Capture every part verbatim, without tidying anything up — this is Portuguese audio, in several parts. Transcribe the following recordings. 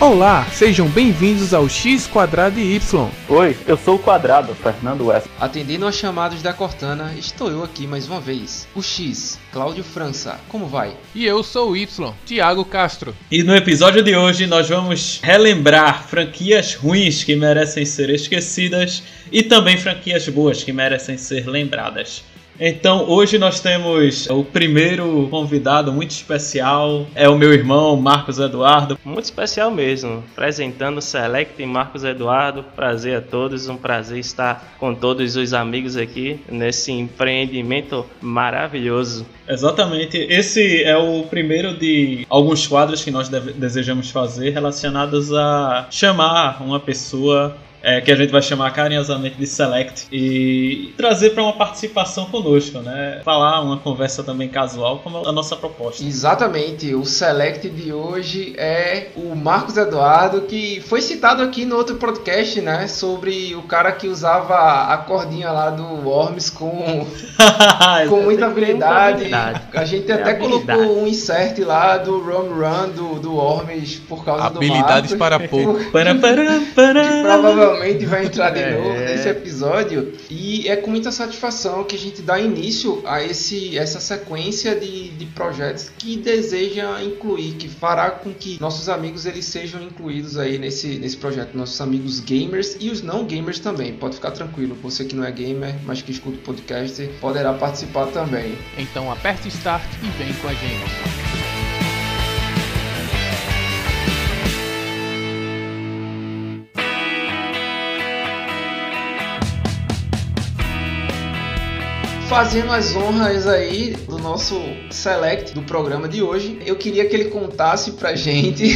Olá, sejam bem-vindos ao X Quadrado e Y. Oi, eu sou o Quadrado, Fernando West. Atendendo aos chamados da Cortana, estou eu aqui mais uma vez. O X, Cláudio França, como vai? E eu sou o Y, Thiago Castro. E no episódio de hoje nós vamos relembrar franquias ruins que merecem ser esquecidas e também franquias boas que merecem ser lembradas. Então hoje nós temos o primeiro convidado muito especial, é o meu irmão Marcos Eduardo. Muito especial mesmo, apresentando o Select Marcos Eduardo, prazer a todos, um prazer estar com todos os amigos aqui nesse empreendimento maravilhoso. Exatamente, esse é o primeiro de alguns quadros que nós deve- desejamos fazer relacionados a chamar uma pessoa É, que a gente vai chamar carinhosamente de Select e trazer para uma participação conosco, né? Falar uma conversa também casual como a nossa proposta. Exatamente, o Select de hoje é o Marcos Eduardo, que foi citado aqui no outro podcast, né? Sobre o cara que usava a cordinha lá do Worms com, com muita habilidade. A gente até é colocou um insert lá do Rum Run do, do Worms por causa Habilidades do Marcos. para pouco. Para, para, para. Que provavelmente vai entrar de É. novo nesse episódio. E é com muita satisfação que a gente dá início a esse, essa sequência de, de projetos que deseja incluir, que fará com que nossos amigos eles sejam incluídos aí nesse, nesse projeto, nossos amigos gamers e os não gamers também. Pode ficar tranquilo, você que não é gamer, mas que escuta o podcast, poderá participar também. Então aperte Start e vem com a gente. Fazendo as honras aí do nosso Select do programa de hoje, eu queria que ele contasse pra gente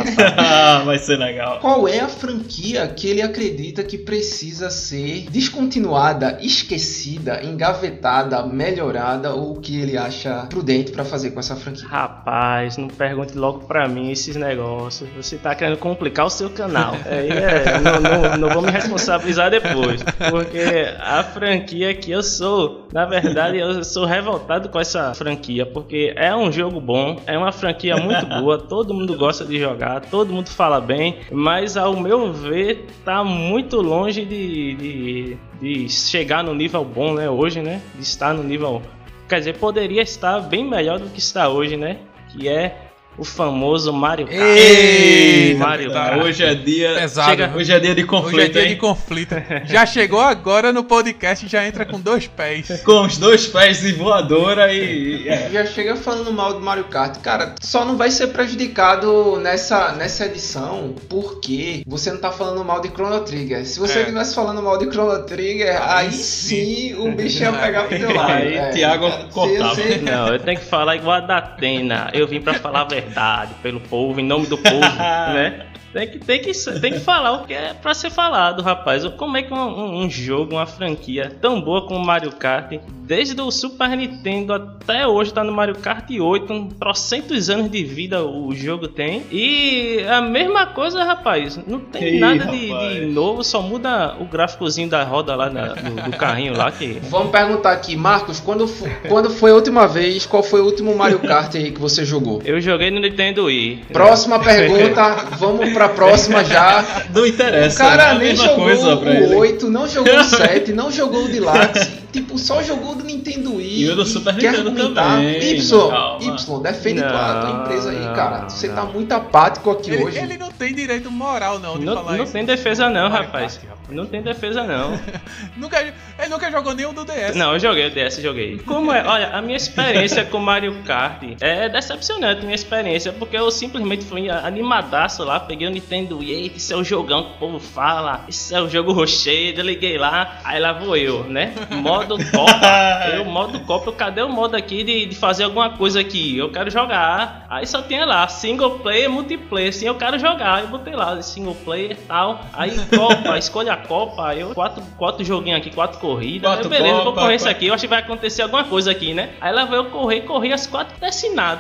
Vai ser legal. qual é a franquia que ele acredita que precisa ser descontinuada, esquecida, engavetada, melhorada, ou o que ele acha prudente pra fazer com essa franquia. Rapaz, não pergunte logo pra mim esses negócios. Você tá querendo complicar o seu canal. Aí é, não, não, não vou me responsabilizar depois. Porque a franquia que eu sou, na verdade, eu sou revoltado com essa franquia. Porque é um jogo bom, é uma franquia muito boa, todo mundo gosta de jogar, todo mundo fala bem. Mas ao meu ver, tá muito longe de, de, de chegar no nível bom, né? Hoje, né? De estar no nível... Quer dizer, poderia estar bem melhor do que está hoje, né? Que é o famoso Mario Kart. Eita, Mario tá. Kart. Hoje é dia. Pesado. Chega- Hoje é dia de conflito, Hoje é dia hein? de conflito. Já chegou agora no podcast e já entra com dois pés. Com os dois pés de voadora e. e- é. Já chega falando mal do Mario Kart. Cara, só não vai ser prejudicado nessa, nessa edição porque você não tá falando mal de Chrono Trigger. Se você É. estivesse falando mal de Chrono Trigger, aí, Aí sim sim. o bicho ia pegar pro teu lado. Aí, É, Thiago cara, cortava. você- você- Não, eu tenho que falar igual a da Atena. Eu vim pra falar a verdade pelo povo, em nome do povo, né? Tem que, tem, que, tem que falar o que é pra ser falado, rapaz. Como é que um, um- um jogo, uma franquia tão boa como Mario Kart, desde o Super Nintendo até hoje tá no Mario Kart oito, um trocentos anos de vida o jogo tem. E a mesma coisa, rapaz, não tem Ei, nada de, rapaz. de novo, só muda o gráficozinho da roda lá na- do, do carrinho lá que... Vamos perguntar aqui, Marcos, quando, fo- quando foi a última vez, qual foi o último Mario Kart aí que você jogou? Eu joguei no Nintendo Wii. Próxima pergunta, vamos pra próxima já. Não O interessa. cara é a nem mesma jogou coisa pra o ele. oito, não jogou o sete, não jogou o Deluxe. Tipo, só jogou do Nintendo Wii. E o do Super quer Nintendo argumentar. também, Y, calma. Y, defende Não, tua, tua empresa aí, cara. Você não. tá muito apático aqui Ele, hoje. ele não tem direito moral não de Não, falar não isso. tem defesa não, Mario rapaz. Kart, Não tem defesa não. Nunca, ele nunca jogou nenhum do D S. Não, eu joguei o D S, joguei. Como é? Olha, a minha experiência com Mario Kart é decepcionante, minha experiência, porque eu simplesmente fui animadaço lá, peguei o Nintendo Wii, "Eita, esse é o jogão que o povo fala, esse é o jogo rochedo", eu liguei lá, aí lá vou eu, né? Modo Copa. Eu, modo Copa, cadê o modo aqui de, de fazer alguma coisa aqui? Eu quero jogar. Aí só tinha lá, single player, multiplayer, assim, eu quero jogar. Eu botei lá, single player e tal. Aí Copa, escolha a Copa, eu quatro, quatro joguinhos aqui, quatro corridas. Quatro Aí, beleza, Copa, vou correr isso quatro- aqui, eu acho que vai acontecer alguma coisa aqui, né? Aí lá vou eu correr, corri as quatro desce nada.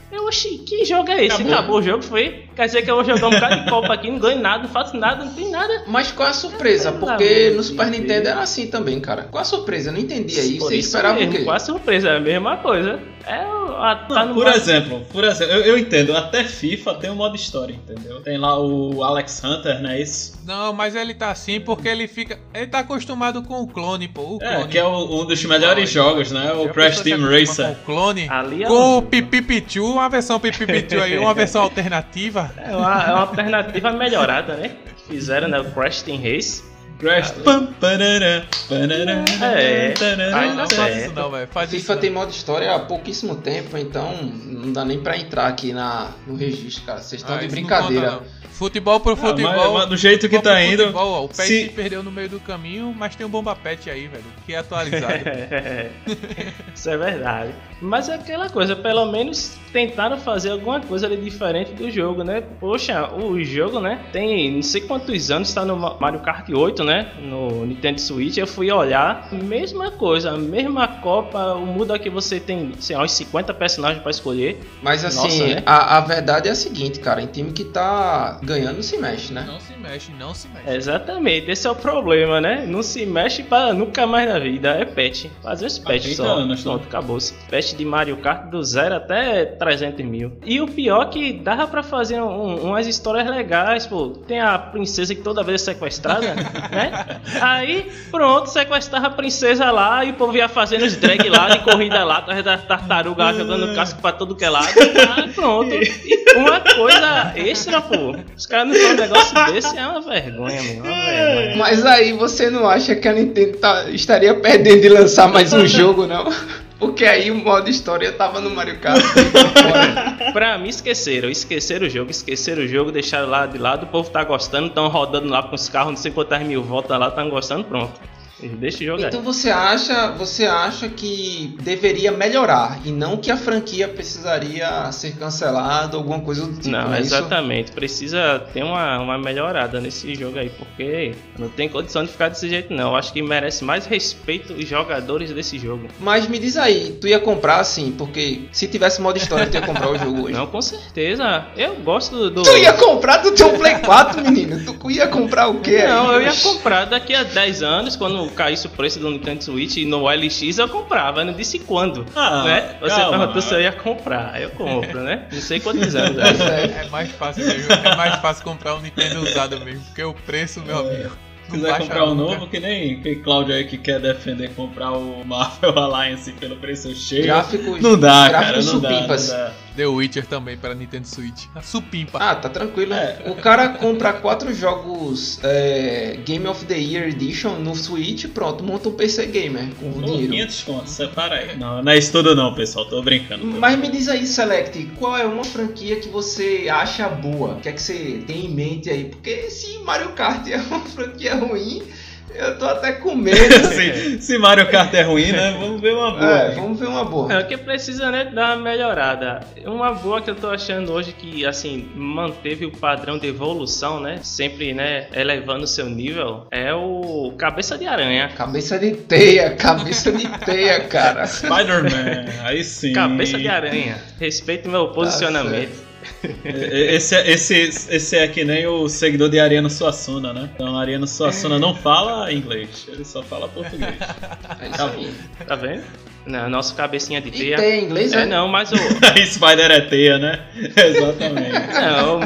Eu, oxi, que jogo é esse? Acabou. Acabou o jogo, foi? Quer dizer que eu vou jogar um bocado de Copa aqui, não ganho nada, não faço nada, não tem nada. Mas qual é a surpresa? Pelo Porque amor no de Super Deus. Nintendo era assim também, cara. Qual a surpresa? Eu não entendi aí. Por Você isso esperava o mesmo, quê? qual a surpresa? É a mesma coisa. É, a, tá Não, no por modo- exemplo, por exemplo, eu, eu entendo, até FIFA tem um modo história, entendeu? Tem lá o Alex Hunter, não é isso? Não, mas ele tá assim porque ele fica. Ele tá acostumado com o clone, pô. O É, clone. que é o- um dos melhores jogos, né? O Já Crash pensou Team se acostuma Racer. Com o clone. Ali é Com um- o Pipipichu, uma versão Pipipichu aí, uma versão alternativa. É uma, é uma alternativa melhorada, né? Fizeram, né? O Crash Team Race. Crash Pam, parará, parará, É. tarará. Ai, Não, não tá faz certo. isso não, velho. Faz isso FIFA não. tem modo história há pouquíssimo tempo, então não dá nem pra entrar aqui na, no registro, cara. Vocês estão Ah, de isso não brincadeira. conta, não. Futebol pro Ah, futebol. mas- mas do jeito que futebol tá pro indo, futebol, ó, o P E S se- se perdeu no meio do caminho, mas tem um Bomba Pet aí, velho, que é atualizado. Isso é verdade. Mas é aquela coisa, pelo menos tentaram fazer alguma coisa ali diferente do jogo, né? Poxa, o jogo, né? Tem não sei quantos anos, tá no Mario Kart oito, né? No Nintendo Switch. Eu fui olhar, mesma coisa, a mesma Copa. O muda que você tem, sei lá, uns cinquenta personagens pra escolher. Mas assim, Nossa, né? a, a verdade é a seguinte, cara. Em time que tá ganhando, se mexe, né? Não se mexe, não se mexe. Exatamente, esse é o problema, né? Não se mexe para nunca mais na vida. É patch. Fazer os patches trinta só. anos, Pronto, né? acabou-se. Patch de Mario Kart do zero até trezentos mil. E o pior é que dava pra fazer um- umas histórias legais, pô. Tem a princesa que toda vez é sequestrada, né? Aí, pronto, sequestrava a princesa lá e o povo ia fazendo os drag lá, de corrida lá, atrás da tartaruga lá, jogando casco pra todo que é lado. Ah, pronto. E uma coisa extra, pô. Os caras não fazem um negócio desse, é uma vergonha, meu. É uma vergonha. Mas aí você não acha que a Nintendo tá- estaria perdendo de lançar mais um jogo, não? Porque aí o modo história tava no Mario Kart. Pra mim esqueceram, esqueceram o jogo, esqueceram o jogo, deixaram lá de lado, o povo tá gostando, estão rodando lá com os carros, não sei quantas mil voltas lá, estão gostando, pronto. Deixa o jogo aí. Então você acha, você acha que deveria melhorar e não que a franquia precisaria ser cancelada ou alguma coisa do tipo, Não, é isso? exatamente, precisa ter uma, uma melhorada nesse jogo aí, porque não tem condição de ficar desse jeito não, eu acho que merece mais respeito os jogadores desse jogo. Mas me diz aí, tu ia comprar assim, porque se tivesse modo história tu ia comprar o jogo hoje. Não, com certeza, eu gosto do... do... Tu ia comprar do teu Play quatro, menino? Tu ia comprar o quê? Não, aí? eu ia comprar daqui a dez anos, quando caísse o preço do Nintendo Switch no O L X, eu comprava. Eu não disse quando, Ah, né? Você calma. perguntou se eu ia comprar. Eu compro, né? Não sei quantos anos. Pois Né? é. É mais fácil mesmo, é mais fácil comprar um Nintendo usado mesmo, porque o preço, meu amigo. Se não quiser baixa comprar um nunca. novo, que nem que Cláudio aí que quer defender comprar o Marvel Alliance pelo preço cheio. Gráficos, Não dá, cara, gráficos não dá, não supimpas. dá. The Witcher também para Nintendo Switch. A supimpa. Ah, tá tranquilo. É. O cara compra quatro jogos é, Game of the Year Edition no Switch, pronto, monta um P C Gamer com o Pô, dinheiro. quinhentos contos, separa aí. Não, não é isso tudo não, pessoal, tô brincando. tô Mas me diz aí, Select, qual é uma franquia que você acha boa? O que é que você tem em mente aí? Porque se Mario Kart é uma franquia ruim, eu tô até com medo. se, se Mario Kart é ruim, né? Vamos ver uma boa. É, aí. vamos ver uma boa. É o que precisa, né? Dar uma melhorada. Uma boa que eu tô achando hoje que, assim, manteve o padrão de evolução, né? Sempre, né? Elevando o seu nível. É o Cabeça de Aranha. Cabeça de teia, cabeça de teia, cara. Spider-Man, aí sim. Cabeça de Aranha. Respeite meu posicionamento. Esse, é- esse, esse é que nem o seguidor de Ariano Suassuna, né? Então Ariano Suassuna não fala inglês, ele só fala português. É isso aí. Tá vendo? Não, nosso cabecinha de E teia. tem inglês, É, é? não, mas o. Aí Spider é teia, né? Exatamente. Não.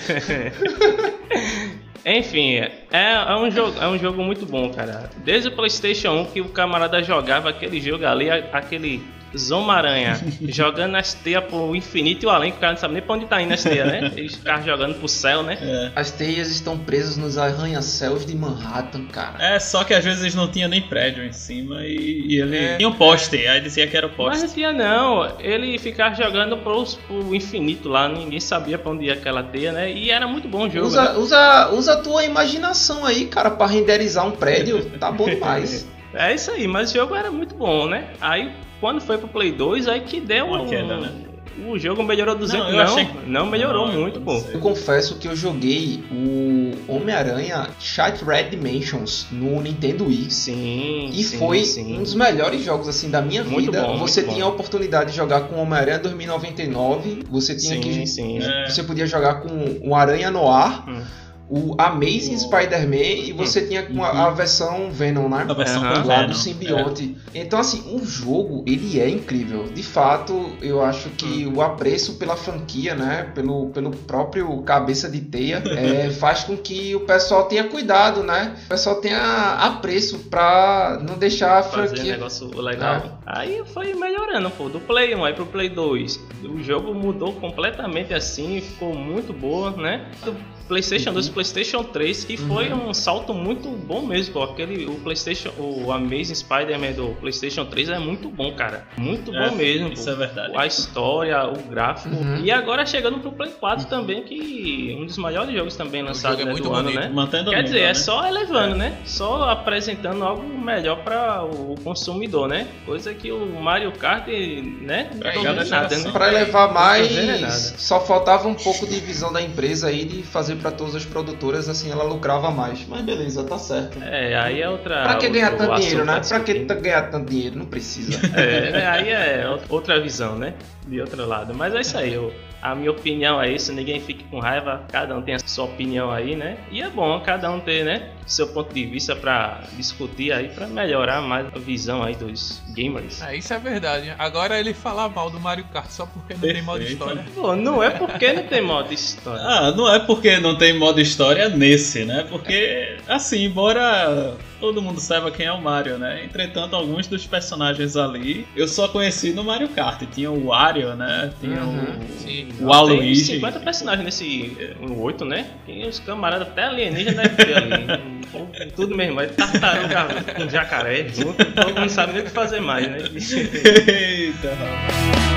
Enfim, é, é, um jogo, é um jogo muito bom, cara. Desde o PlayStation um que o camarada jogava aquele jogo ali, a- aquele Zomaranha, jogando as teias pro infinito e o além, que o cara não sabe nem pra onde tá indo as teias, né? Eles ficavam jogando pro céu, né? É. As teias estão presas nos arranha-céus de Manhattan, cara. É, só que às vezes não tinha nem prédio em cima e, e ele É. tinha um poste, aí dizia que era o Mas não poste. tinha não, ele ficava jogando pro, pro infinito lá, ninguém sabia pra onde ia aquela teia, né? E era muito bom o jogo. Usa, né? usa, usa a tua imaginação aí, cara, pra renderizar um prédio. Tá bom demais. É isso aí, mas o jogo era muito bom, né? Aí quando foi pro Play dois, aí que deu Uma um, queda, né? o jogo melhorou duzentos. Não, Não, eu achei que- não melhorou Não, muito, eu pô. não sei. Eu confesso que eu joguei o Homem-Aranha Shattered Dimensions no Nintendo Wii. Sim, E sim, foi sim. um dos melhores jogos assim da minha Muito vida. bom, você muito tinha bom. a oportunidade de jogar com o Homem-Aranha dois mil e noventa e nove. Você tinha Sim, que sim. É. você podia jogar com o Aranha Noir, Hum. o Amazing O- Spider-Man e você tinha com a, a versão Venom, né? A versão Aham. com Lá Venom. do simbionte. Então, assim, o jogo, ele é incrível. De fato, eu acho que Hum. o apreço pela franquia, né? Pelo, pelo próprio cabeça de teia, é, faz com que o pessoal tenha cuidado, né? O pessoal tenha apreço pra não deixar a Fazer um franquia... negócio legal. Aí foi melhorando, pô. Do Play um aí pro Play dois. O jogo mudou completamente assim, ficou muito boa, né? Do PlayStation dois e PlayStation três, que foi um salto muito bom mesmo, pô. Aquele, o PlayStation, o Amazing Spider-Man do PlayStation três é muito bom, cara. Muito É, bom mesmo, isso pô. é verdade. A história, o gráfico. Uhum. E agora chegando pro Play quatro também, que um dos maiores jogos também lançados, jogo é né, muito do ano, bonito. né? Mantendo o Quer nível, dizer, é né? só elevando, né? Só apresentando algo melhor para o consumidor, né? Coisa que o Mario Kart, né? Não Pra tô cada vendo nada, geração. né? Pra elevar mais, Não tô vendo nada. só faltava um pouco de visão da empresa aí de fazer pra todas as produtoras, assim ela lucrava mais. Mas beleza, tá certo. É, aí é outra. Pra que ganhar outro tanto dinheiro, assunto né? pra Pra que discutir. ganhar tanto dinheiro? Não precisa. É, né? Aí é outra visão, né? De outro lado. Mas é isso aí. Eu, a minha opinião é isso. Ninguém fique com raiva. Cada um tem a sua opinião aí, né? E é bom cada um ter, né? Seu ponto de vista pra discutir aí, pra melhorar mais a visão aí dos gamers. É, isso é verdade. Agora ele falar mal do Mario Kart só porque não tem modo Perfeito. história. Pô, não é porque não tem modo história. Ah, não é porque não tem modo história nesse, né? Porque, assim, embora todo mundo saiba quem é o Mario, né? Entretanto, alguns dos personagens ali eu só conheci no Mario Kart. Tinha o Wario, né? Tinha Uhum, sim. o, o Waluigi. Tem cinquenta personagens nesse um oito, né? Tem os camaradas até alienígenas deve ter ali. Tudo mesmo, é tartaruga com jacaré junto, todo mundo sabe nem o que fazer mais, né? Eita, rapaz.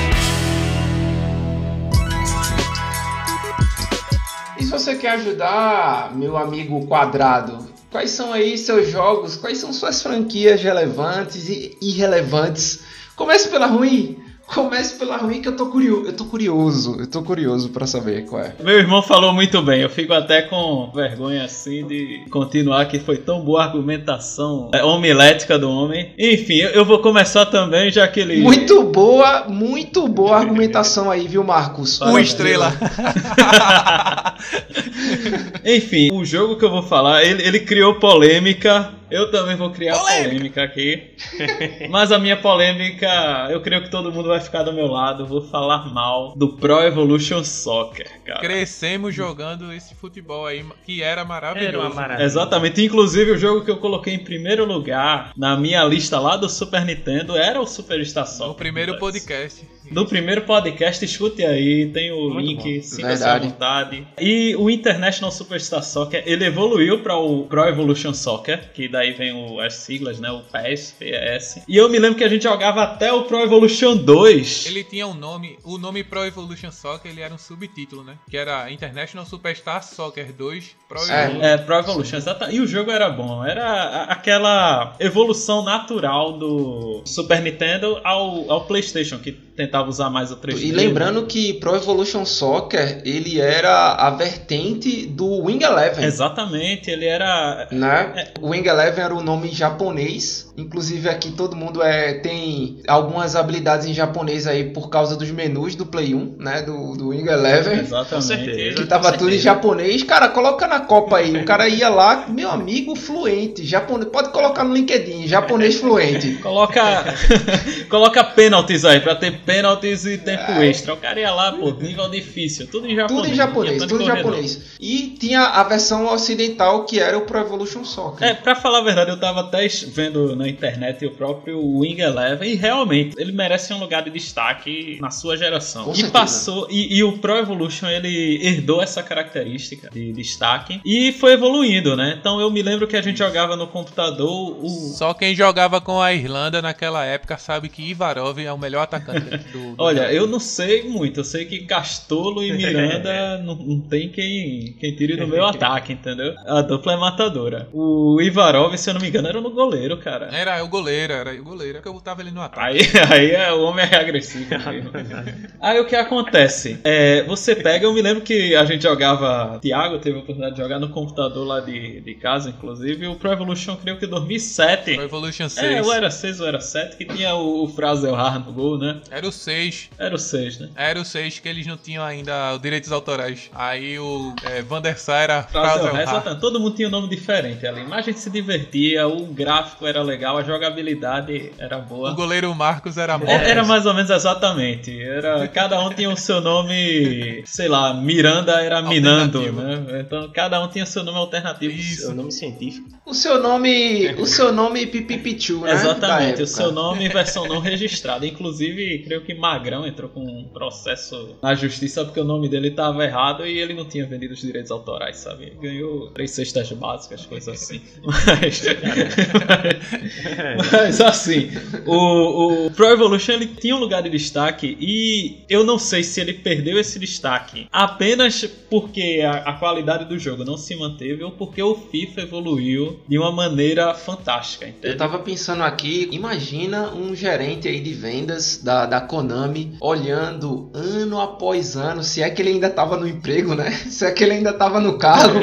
E se você quer ajudar, meu amigo Quadrado, quais são aí seus jogos, quais são suas franquias relevantes e irrelevantes? Comece pela ruim. Comece pela ruim que eu tô curioso. Eu tô curioso. Eu tô curioso pra saber qual é. Meu irmão falou muito bem, eu fico até com vergonha assim de continuar, que foi tão boa a argumentação é, homilética do homem. Enfim, eu, eu vou começar também, já que ele... Muito boa, muito boa argumentação aí, viu, Marcos? Uma estrela. Enfim, o jogo que eu vou falar, ele, ele criou polêmica. Eu também vou criar polêmica, polêmica aqui. Mas a minha polêmica, eu creio que todo mundo vai ficar do meu lado. Vou falar mal do Pro Evolution Soccer, cara. Crescemos jogando esse futebol aí, que era maravilhoso. Era uma maravilha. Exatamente, inclusive o jogo que eu coloquei em primeiro lugar na minha lista lá do Super Nintendo era o Superstar Soccer. No primeiro Mas- podcast. No primeiro podcast, escute aí, tem o Muito link, bom. sinta-se à Verdade. vontade. E o International Superstar Soccer, ele evoluiu para o Pro Evolution Soccer, que daí vem o, as siglas, né, o P E S, P E S. E eu me lembro que a gente jogava até o Pro Evolution dois. Ele tinha um nome, o nome Pro Evolution Soccer, ele era um subtítulo, né? Que era International Superstar Soccer dois Pro É. Evolution. É, Pro Evolution, exatamente. E o jogo era bom, era a- aquela evolução natural do Super Nintendo ao, ao PlayStation, que tentava usar mais o três D. E lembrando que Pro Evolution Soccer, ele era a vertente do Wing Eleven. Exatamente, ele era... Né? O Wing Eleven era o nome japonês. Inclusive aqui todo mundo é, tem algumas habilidades em japonês aí por causa dos menus do Play um, né? Do, do Wing Eleven. Exatamente. Com certeza. Que tava tudo em japonês. Cara, coloca na Copa aí. O cara ia lá, meu amigo fluente. Japonês. Pode colocar no LinkedIn, japonês fluente. Coloca, coloca penalties aí, pra ter penalties e tempo extra. O cara ia lá, pô, nível difícil, tudo em japonês. Tudo em não japonês, tinha tudo em corredor. japonês. E tinha a versão ocidental que era o Pro Evolution Soccer. É, pra falar a verdade, eu tava até vendo na internet o próprio Wing Eleven e realmente ele merece um lugar de destaque na sua geração. Com e certeza. passou, e, e o Pro Evolution ele herdou essa característica de destaque e foi evoluindo, né? Então eu me lembro que a gente jogava no computador o. Só quem jogava com a Irlanda naquela época sabe que Ivarov é o melhor atacante. do, do Olha, eu não sei muito. Eu sei que Castolo e Miranda não, não tem quem, quem tire do meu ataque, entendeu? A dupla é matadora. O Ivarov, se eu não me engano, era no goleiro, cara. Era o goleiro, era o goleiro, que eu botava ele no ataque. Aí, aí é, o homem é agressivo mesmo. Aí o que acontece? É, você pega, eu me lembro que a gente jogava, Thiago teve a oportunidade de jogar no computador lá de, de casa, inclusive, o Pro Evolution, creio que dois mil e sete. Pro Evolution seis. É, ou era seis ou era sete, que tinha o, o Frazelhar no gol, né? Era o seis. Era o seis, né? Era o seis, que eles não tinham ainda os direitos autorais. Aí o é, Van der Sar era Frazelhar. Frazelhar. Todo mundo tinha um nome diferente ali, mas a gente se divertia, o gráfico era legal, a jogabilidade era boa. O goleiro Marcos era bom. É, era mais ou menos exatamente. Era, cada um tinha o seu nome, sei lá, Miranda era Minando, né? Então cada um tinha seu nome alternativo. Isso. Seu nome científico. O seu nome, o seu nome Pipipichu, né? Exatamente, o seu nome em versão não registrada. Inclusive, creio que Magrão entrou com um processo na justiça porque o nome dele estava errado e ele não tinha vendido os direitos autorais, sabe? Ele ganhou três cestas básicas, coisas assim. Mas, mas, mas assim, o, o Pro Evolution ele tinha um lugar de destaque e eu não sei se ele perdeu esse destaque apenas porque a, a qualidade do jogo não se manteve ou porque o FIFA evoluiu de uma maneira fantástica. Entende? Eu tava pensando aqui, imagina um gerente aí de vendas da, da Konami olhando ano após ano, se é que ele ainda tava no emprego, né? Se é que ele ainda tava no cargo.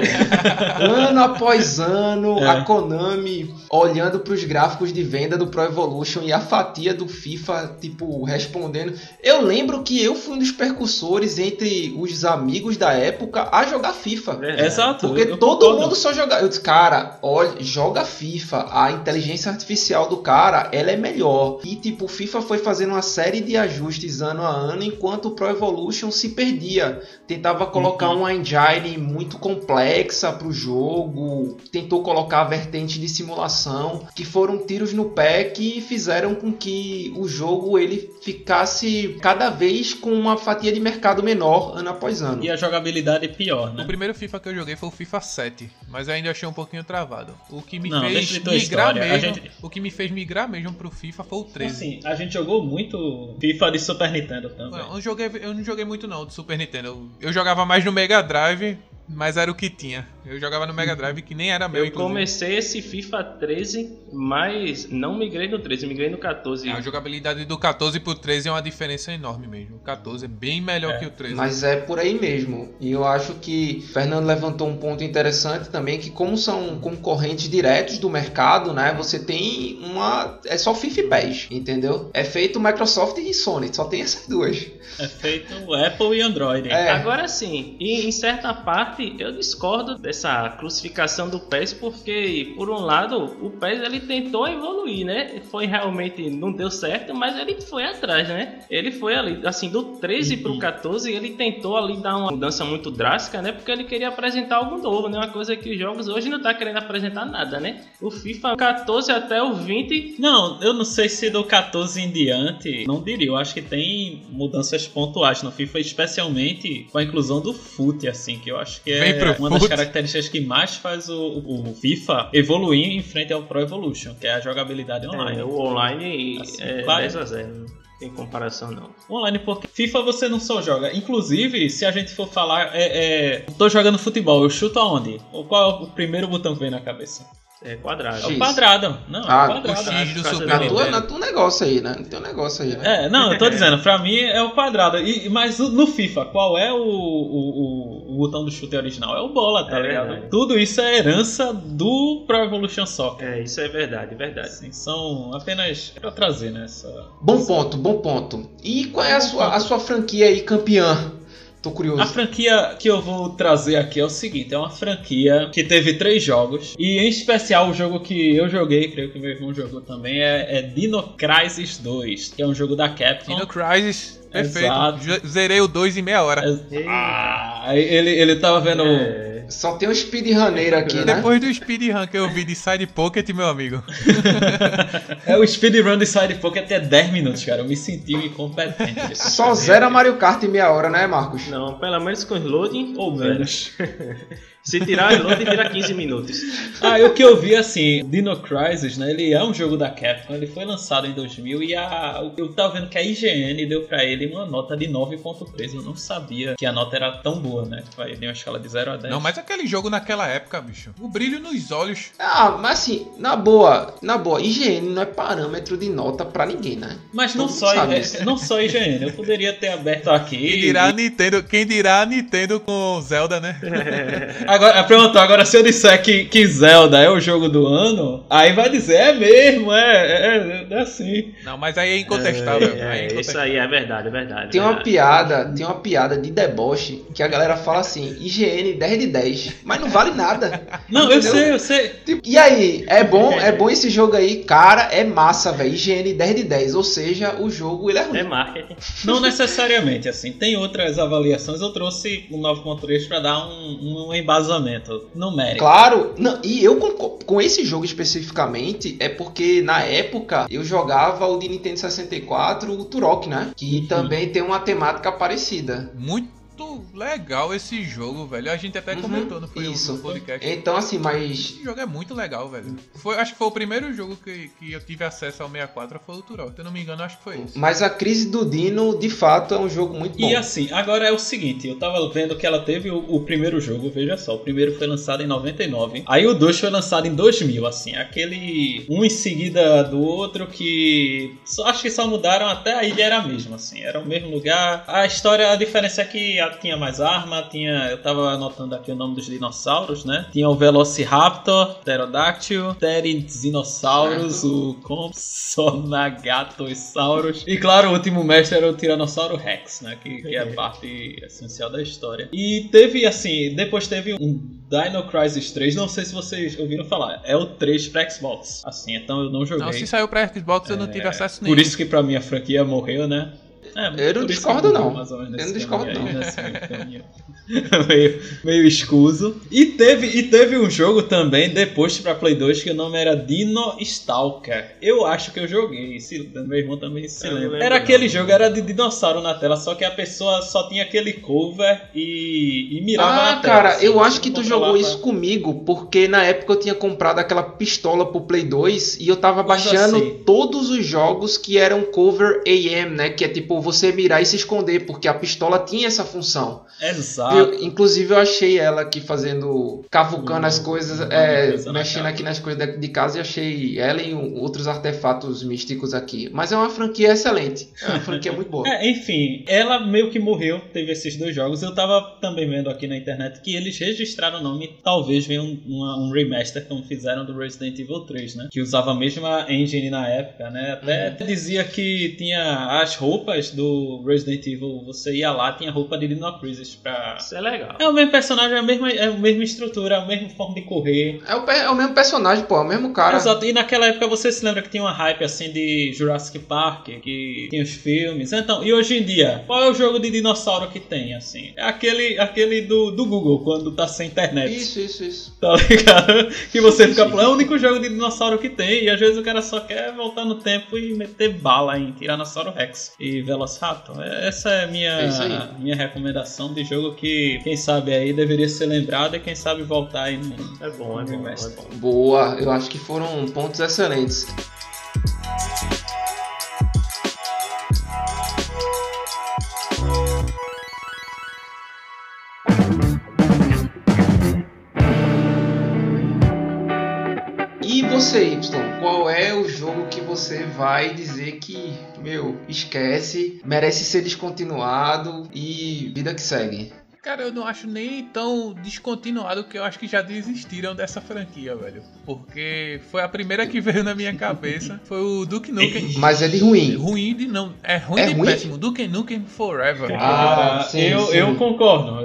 Ano após ano, é. a Konami olhando pros gráficos de venda do Pro Evolution e a fatia do FIFA, tipo, respondendo. Eu lembro que eu fui um dos percussores entre os amigos da época a jogar FIFA. É, Exato. Porque eu todo concordo. mundo só jogava. Eu disse, cara, olha, joga FIFA. A inteligência artificial do cara, ela é melhor. E tipo, o FIFA foi fazendo uma série de ajustes ano a ano, enquanto o Pro Evolution se perdia. Tentava colocar Uhum. uma engine muito complexa pro jogo. Tentou colocar a vertente de simulação, que foram tiros no pé que fizeram com que o jogo ele ficasse cada vez com uma fatia de mercado menor ano após ano. E a jogabilidade pior, né? O primeiro FIFA que eu joguei foi o FIFA sete, mas eu ainda achei um pouquinho travado. O que me Não, fez deixa de tua migrar história. A mesmo, gente- o que me fez migrar mesmo pro FIFA foi o treze. Assim, a gente jogou muito FIFA de Super Nintendo também. Eu, joguei, eu não joguei muito não do Super Nintendo. Eu, eu jogava mais no Mega Drive, mas era o que tinha. Eu jogava no Mega Drive que nem era meu, Eu inclusive. comecei esse FIFA treze, mas não migrei no treze, migrei no quatorze. A jogabilidade do quatorze pro treze é uma diferença enorme mesmo. O quatorze é bem melhor É, que o treze. Mas é por aí mesmo. E eu acho que o Fernando levantou um ponto interessante também, que como são concorrentes diretos do mercado, né? Você tem uma... É só FIFA e P E S, entendeu? É feito Microsoft e Sony, só tem essas duas. É feito Apple e Android. É. Agora sim, e em certa parte eu discordo dessa crucificação do P E S, porque por um lado o P E S ele tentou evoluir, né? Foi realmente, não deu certo, mas ele foi atrás, né? Ele foi ali, assim, do treze pro quatorze, ele tentou ali dar uma mudança muito drástica, né? Porque ele queria apresentar algo novo, né? Uma coisa que os jogos hoje não tá querendo apresentar nada, né? O FIFA quatorze até o vinte... Não, eu não sei se do quatorze em diante, não diria. Eu acho que tem mudanças pontuais no FIFA, especialmente com a inclusão do fute, assim, que eu acho que Vem é pro uma fute. das características que mais faz o, o FIFA evoluir em frente ao Pro Evolution, que é a jogabilidade online. É, o online Assim, é claro. dez a zero, não tem comparação não. Online, porque FIFA você não só joga. Inclusive, se a gente for falar, é, é, tô jogando futebol, eu chuto aonde? Ou qual é o primeiro botão que vem na cabeça? É quadrado. É o X. quadrado. Não, Ah, é o quadrado. o X do Casa Super Na Não, tua, Nintendo. na tua negócio aí, né? No teu negócio aí, né? É, não, eu tô dizendo, pra mim é o quadrado. E, mas no FIFA, qual é o, o, o, o botão do chute original? É o bola, tá É ligado? verdade. Tudo isso é herança do Pro Evolution Soccer. É, isso é verdade, verdade. Assim, são apenas pra trazer, né? Essa... Bom ponto, bom ponto. E qual é a Bom sua, ponto. a sua franquia aí, campeã? Tô curioso. A franquia que eu vou trazer aqui é o seguinte, é uma franquia que teve três jogos, e em especial o jogo que eu joguei, creio que meu irmão jogou também, é, é Dino Crisis dois, que é um jogo da Capcom. Dino Crisis, perfeito. Exato. Ju- Zerei o dois em meia hora. É- Ah, ele, ele tava vendo... É. Só tem um speedrunner aqui, né? Depois do speedrun que eu vi de Side Pocket, meu amigo. É o speedrun de Side Pocket até dez minutos, cara. Eu me senti incompetente. Só zera Mario Kart em meia hora, né, Marcos? Não, pelo menos com loading Ou menos. Se tirar o loading, tira quinze minutos. Ah, e o que eu vi, assim, Dino Crisis, né? Ele é um jogo da Capcom. Ele foi lançado em dois mil e a, eu tava vendo que a I G N deu pra ele uma nota de nove ponto três. Eu não sabia que a nota era tão boa, né? Tipo, ele tem uma escala de zero a dez. Não, mas aquele jogo naquela época, bicho. O brilho nos olhos. Ah, mas assim, na boa, na boa, I G N não é parâmetro de nota pra ninguém, né? Mas não Todo só, mundo sabe é, disso. não só I G N. Eu poderia ter aberto aqui. Quem dirá a Nintendo, quem dirá a Nintendo com Zelda, né? Agora, pronto, agora se eu disser que, que Zelda é o jogo do ano, aí vai dizer, é mesmo, é, é, é assim. Não, mas aí é incontestável. É, aí é é, isso aí é verdade, é verdade. Tem é uma verdade. piada, tem uma piada de deboche que a galera fala assim, I G N dez de dez, mas não vale nada. Não, eu Entendeu? sei, eu sei. Tipo, e aí, é bom, é bom esse jogo aí? Cara, é massa, velho. I G N dez de dez, ou seja, o jogo ele é ruim. É marketing. Não necessariamente, assim. Tem outras avaliações. Eu trouxe o nove ponto três para dar um, um embasamento numérico. Claro, não, e eu com, com esse jogo especificamente é porque na época eu jogava o de Nintendo sessenta e quatro, o Turok, né? Que Uhum. também tem uma temática parecida. Muito legal esse jogo, velho. A gente até Uhum, comentou no, foi, isso. no podcast. Então assim, mas Esse jogo é muito legal, velho. Foi, acho que foi o primeiro jogo que, que eu tive acesso ao sessenta e quatro, foi o Turok. Se eu não me engano, acho que foi isso. mas a Crise do Dino, de fato, é um jogo muito bom. E assim, agora é o seguinte, eu tava vendo que ela teve o, o primeiro jogo, veja só, o primeiro foi lançado em noventa e nove, aí o dois foi lançado em dois mil, assim, aquele um em seguida do outro que só, acho que só mudaram, até a ilha era a mesma, assim, era o mesmo lugar. A história, a diferença é que tinha mais arma, tinha, eu tava anotando aqui o nome dos dinossauros, né? Tinha o Velociraptor, Pterodáctil, Pteridinossauros, o Compsognathosauros e claro, o último mestre era o Tiranossauro Rex, né? Que, que é a parte essencial da história. E teve, assim, depois teve um Dino Crisis três, não sei se vocês ouviram falar, é o três pra Xbox, assim, então eu não joguei. Não, se saiu pra Xbox eu não tive acesso nenhum. Por isso que pra mim a franquia morreu, né? É, Eu não por isso que discordo, morreu, não. mais ou menos Eu não nesse discordo, caminho aí, não. nesse meio caminho. meio, meio escuso. E teve, e teve um jogo também depois pra Play dois que o nome era Dino Stalker. Eu acho que eu joguei, se, meu irmão também se Eu não lembra. lembro, Era aquele não. jogo, era de dinossauro na tela, só que a pessoa só tinha aquele cover e, e mirava Ah, na tela. cara, assim, eu você acho que tu controlava- jogou isso comigo, porque na época eu tinha comprado aquela pistola pro Play dois e eu tava Coisa baixando assim. todos os jogos que eram cover A M, né? Que é tipo você mirar e se esconder, porque a pistola tinha essa função. Exato. Eu- inclusive eu achei ela aqui fazendo, cavucando Hum, as coisas, uma é, coisa na mexendo casa. aqui nas coisas de- de casa e achei ela e um- outros artefatos místicos aqui. Mas é uma franquia excelente, é uma franquia muito boa. É, enfim, ela meio que morreu, teve esses dois jogos. Eu tava também vendo aqui na internet que eles registraram o nome, talvez venha um, uma- um remaster como fizeram do Resident Evil três, né? Que usava a mesma engine na época, né? Até Uhum. dizia que tinha as roupas do Resident Evil, você ia lá, tinha roupa de Dino Crisis pra... Isso é legal. É o mesmo personagem, é a mesma, é a mesma estrutura, a mesma forma de correr. É o, pe- é o mesmo personagem, pô, é o mesmo cara. Exato, e naquela época você se lembra que tinha uma hype assim de Jurassic Park, que tinha os filmes. Então, e hoje em dia, qual é o jogo de dinossauro que tem, assim? É aquele, aquele do, do Google, quando tá sem internet. Isso, isso, isso. Tá ligado? Que você fica falando, é o único jogo de dinossauro que tem, e às vezes o cara só quer voltar no tempo e meter bala em Tiranossauro Rex e Velociraptor. Essa é a minha, É isso aí. minha recomendação de jogo que, quem sabe aí, deveria ser lembrado e quem sabe voltar aí no... É bom, é bom, é bom. Boa, eu acho que foram pontos excelentes. E você, Y, qual é o jogo que você vai dizer que, meu, esquece, merece ser descontinuado e vida que segue? Cara, eu não acho nem tão descontinuado que eu acho que já desistiram dessa franquia, velho. Porque foi a primeira que veio na minha cabeça. Foi o Duke Nukem. Mas é de ruim. Ruim de não. É ruim É de ruim? péssimo. Duke Nukem Forever. Ah, Ah, sim, eu, sim. eu concordo, eu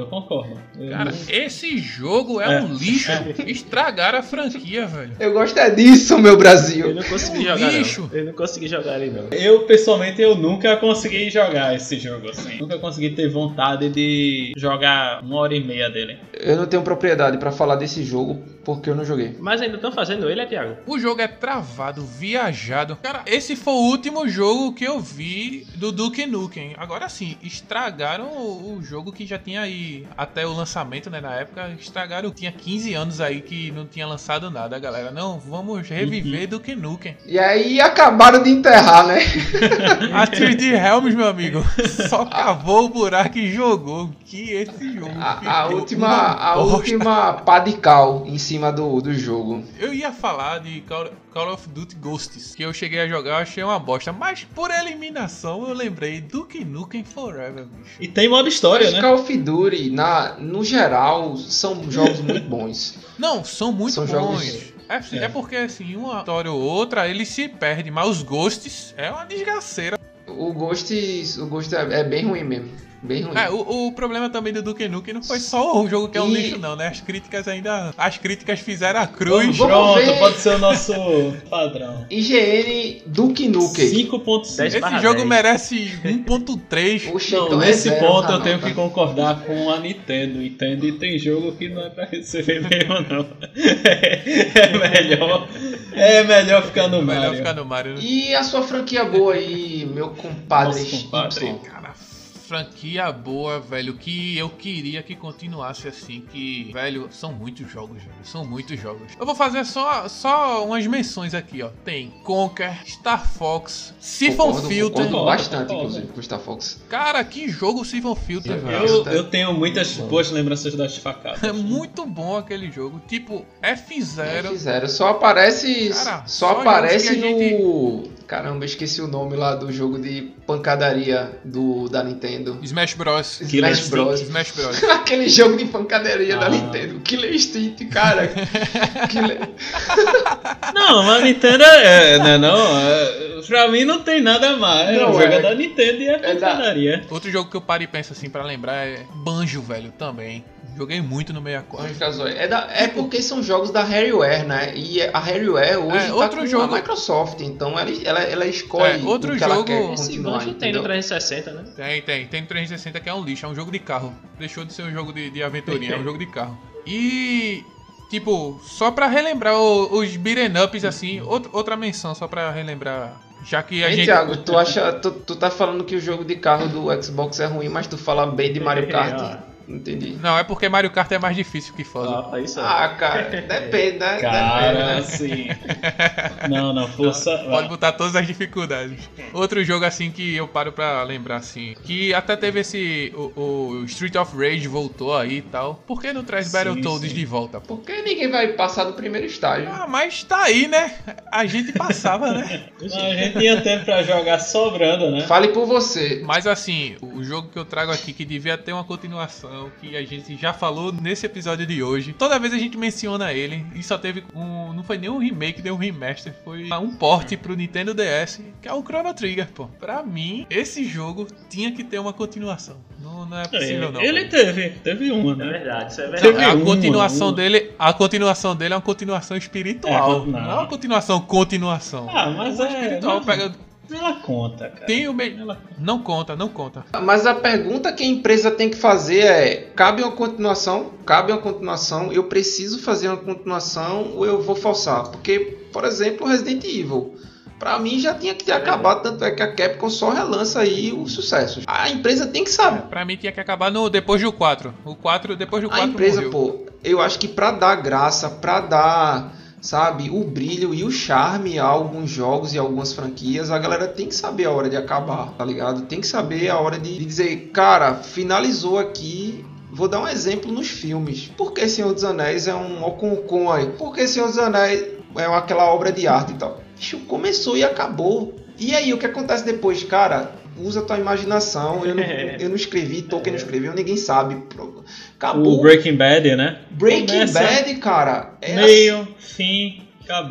concordo. Eu Cara, não- esse jogo é, É. um lixo. Estragaram a franquia, velho. Eu gosto é disso, meu Eu Brasil. não consegui Um jogar, lixo. não. Eu não consegui jogar ele, não. Eu, pessoalmente, eu nunca consegui jogar esse jogo, assim. Nunca consegui ter vontade de jogar uma hora e meia dele. Eu não tenho propriedade pra falar desse jogo porque eu não joguei. Mas ainda estão fazendo ele, é, Thiago? O jogo é travado, viajado. Cara, esse foi o último jogo que eu vi do Duke Nukem. Agora sim, estragaram o, o jogo que já tinha aí até o lançamento, né? Na época, estragaram. Tinha quinze anos aí que não tinha lançado nada, galera. Não, vamos reviver Uhum. Duke Nukem. E aí acabaram de enterrar, né? A três D Realms, meu amigo, só cavou o buraco e jogou. Que esse jogo. A, a ficou última, uma a bosta. última pá de cal em cima do, do jogo. Eu ia falar de Call, Call of Duty Ghosts, que eu cheguei a jogar, eu achei uma bosta. Mas por eliminação eu lembrei Duke Nukem Forever, bicho. E tem modo história, Os né? Call of Duty, na, no geral, são jogos muito bons. Não, são muito São bons. jogos- É, assim, É. é porque assim, uma história ou outra ele se perde, mas os Ghosts é uma desgraceira. O Ghost, o Ghost é, é bem ruim mesmo. Bem ruim. É, o, o problema também do Duke Nukem não foi só o jogo que é um E- lixo, não, né? As críticas ainda. As críticas fizeram a cruz. Vamos Pronto, ver. pode ser o nosso padrão. I G N Duke Nukem. cinco ponto cinco. dez Esse barra jogo dez. merece um ponto três. Oxe, Não, então é nesse zero, ponto tá eu não, tenho tá? que concordar com a Nintendo, entende? E tem jogo que não é pra receber mesmo, não. É melhor, é melhor ficar no Melhor Mario. ficar no Mario, né? E a sua franquia boa aí, meu compadre, Nosso compadre. Y? Cara, franquia boa, velho, que eu queria que continuasse assim, que, velho, são muitos jogos, velho, são muitos jogos. Eu vou fazer só, só umas menções aqui, ó. Tem Conker, Star Fox, Siphon Concordo, Filter. concordo bastante, Concordo. inclusive, com o Star Fox. Cara, que jogo Siphon Filter, Sim, velho. Eu, eu tenho muitas boas lembranças das facadas. É muito bom aquele jogo. Tipo, F zero. Fizeram, só aparece. Cara, só só aparece jogos que a no. Caramba, esqueci o nome lá do jogo de pancadaria do, da Nintendo. Smash Bros. Killer Smash Bros. Smash Bros. Aquele jogo de pancadaria da Ah. Nintendo. Killer Instinct, cara. Killer... Não, mas a Nintendo é, né, não, é, pra mim não tem nada mais. Não, o jogo é- é da Nintendo e é é da- pancadaria. Outro jogo que eu paro e penso assim pra lembrar é Banjo, velho, também. Joguei muito no sessenta e quatro. Anjo Casói. É, da, é porque são jogos da Rareware, né? E a Rareware hoje É, tá outro com jogo- a Microsoft, então ela, ela, ela escolhe É, outro o que ela jogo- quer Esse continuar, Banjo tem no entendeu? trezentos e sessenta, né? Tem, tem. Tem no trezentos e sessenta que é um lixo, é um jogo de carro. Deixou de ser um jogo de, de aventurinha, é um jogo de carro. E, tipo, só pra relembrar o- os beat'em ups, assim, out- outra menção, só pra relembrar. Já que a Ei, gente. Thiago, tu, acha, tu, tu tá falando que o jogo de carro do Xbox é ruim, mas tu fala bem de Mario Kart? Ah. Entendi. Não, é porque Mario Kart é mais difícil que Forza. Ah, isso aí. Ah, cara, depende, né? Cara, Depende, né? assim. Não, não, força. Pode botar todas as dificuldades. Outro jogo assim que eu paro pra lembrar assim, que até teve esse o, o Street of Rage voltou aí e tal. Por que não traz Sim, Battletoads sim. de volta, pô? Porque ninguém vai passar do primeiro estágio. Ah, mas tá aí, né? A gente passava, né? Não, a gente tinha tempo pra jogar sobrando, né? Fale por você. Mas assim, o jogo que eu trago aqui que devia ter uma continuação, que a gente já falou nesse episódio de hoje. Toda vez a gente menciona ele e só teve um, não foi nem um remake, nem um remaster, foi um port pro Nintendo D S, que é o Chrono Trigger, pô. Pra mim, esse jogo tinha que ter uma continuação. Não, não é possível não. Ele pô. teve, teve uma, É né? verdade, isso é Não, verdade. é a uma, continuação uma. dele, a continuação dele é uma continuação espiritual. É, não. não. é uma continuação continuação. Ah, mas uma é. espiritual Não, pega ela conta, cara. tem o me... Ela- não conta, não conta. Mas a pergunta que a empresa tem que fazer é: cabe uma continuação? Cabe uma continuação? Eu preciso fazer uma continuação ou eu vou forçar? Porque, por exemplo, Resident Evil. Pra mim já tinha que ter acabado, tanto é que a Capcom só relança aí os sucessos. A empresa tem que saber. Pra mim tinha que acabar no depois do quatro. O quatro, depois do A quatro empresa, morreu. pô, eu acho que pra dar graça, pra dar, sabe, o brilho e o charme a alguns jogos e algumas franquias, a galera tem que saber a hora de acabar, tá ligado? Tem que saber a hora de dizer, cara, finalizou aqui. Vou dar um exemplo nos filmes. Por que Senhor dos Anéis é um Oconcon aí? Por que Senhor dos Anéis é aquela obra de arte e tal? Bicho, começou e acabou. E aí, o que acontece depois? Cara, usa tua imaginação. Eu não, eu não escrevi, Tolkien não escreveu, ninguém sabe. Acabou. O Breaking Bad, né? Breaking Começa, Bad, cara. É Meio, fim, acabou.